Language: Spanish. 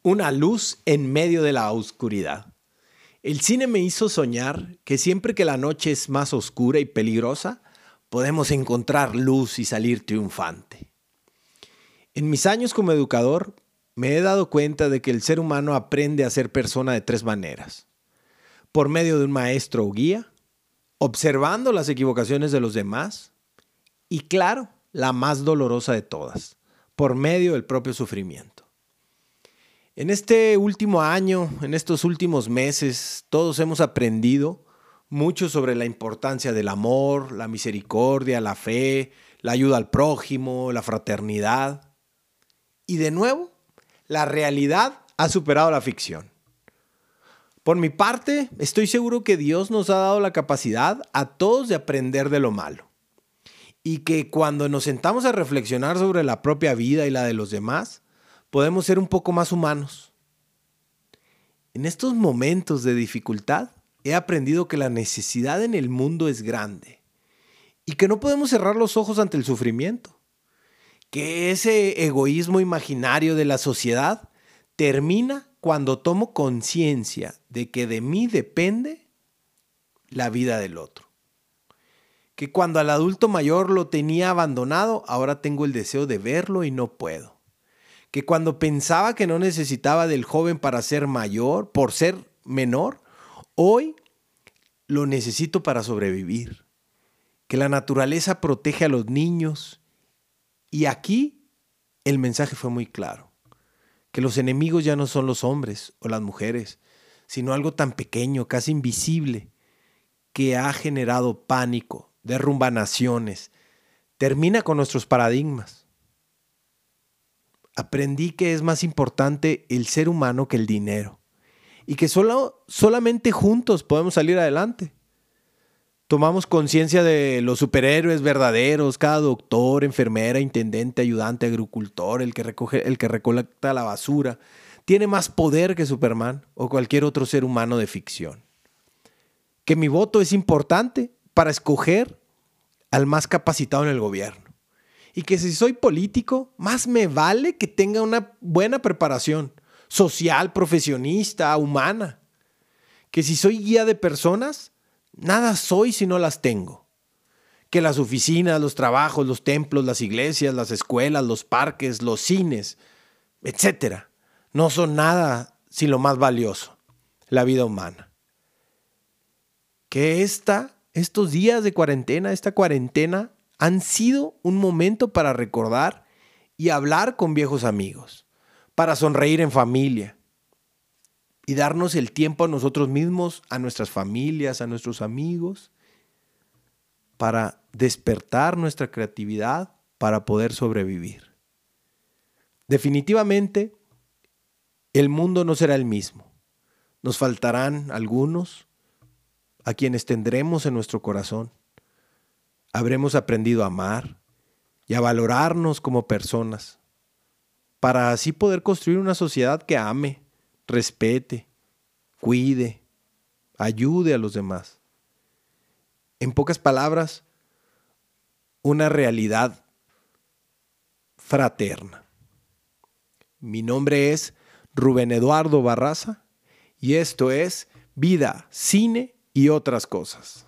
Una luz en medio de la oscuridad. El cine me hizo soñar que siempre que la noche es más oscura y peligrosa, podemos encontrar luz y salir triunfante. En mis años como educador, me he dado cuenta de que el ser humano aprende a ser persona de tres maneras. Por medio de un maestro o guía, observando las equivocaciones de los demás y, claro, la más dolorosa de todas, por medio del propio sufrimiento. En este último año, en estos últimos meses, todos hemos aprendido mucho sobre la importancia del amor, la misericordia, la fe, la ayuda al prójimo, la fraternidad. Y de nuevo, la realidad ha superado la ficción. Por mi parte, estoy seguro que Dios nos ha dado la capacidad a todos de aprender de lo malo. Y que cuando nos sentamos a reflexionar sobre la propia vida y la de los demás, podemos ser un poco más humanos. En estos momentos de dificultad, he aprendido que la necesidad en el mundo es grande y que no podemos cerrar los ojos ante el sufrimiento. Que ese egoísmo imaginario de la sociedad termina cuando tomo conciencia de que de mí depende la vida del otro. Que cuando al adulto mayor lo tenía abandonado, ahora tengo el deseo de verlo y no puedo. Que cuando pensaba que no necesitaba del joven para ser mayor, por ser menor, hoy lo necesito para sobrevivir. Que la naturaleza protege a los niños. Y aquí el mensaje fue muy claro. Que los enemigos ya no son los hombres o las mujeres, sino algo tan pequeño, casi invisible, que ha generado pánico, derrumba naciones, termina con nuestros paradigmas. Aprendí que es más importante el ser humano que el dinero y que solamente juntos podemos salir adelante. Tomamos conciencia de los superhéroes verdaderos, cada doctor, enfermera, intendente, ayudante, agricultor, el que recolecta la basura, tiene más poder que Superman o cualquier otro ser humano de ficción. Que mi voto es importante para escoger al más capacitado en el gobierno. Y que si soy político, más me vale que tenga una buena preparación social, profesionista, humana. Que si soy guía de personas, nada soy si no las tengo. Que las oficinas, los trabajos, los templos, las iglesias, las escuelas, los parques, los cines, etcétera, no son nada sin lo más valioso, la vida humana. Que estos días de cuarentena, esta cuarentena, han sido un momento para recordar y hablar con viejos amigos, para sonreír en familia y darnos el tiempo a nosotros mismos, a nuestras familias, a nuestros amigos, para despertar nuestra creatividad para poder sobrevivir. Definitivamente, el mundo no será el mismo. Nos faltarán algunos a quienes tendremos en nuestro corazón. Habremos aprendido a amar y a valorarnos como personas para así poder construir una sociedad que ame, respete, cuide, ayude a los demás. En pocas palabras, una realidad fraterna. Mi nombre es Rubén Eduardo Barraza y esto es Vida, Cine y otras cosas.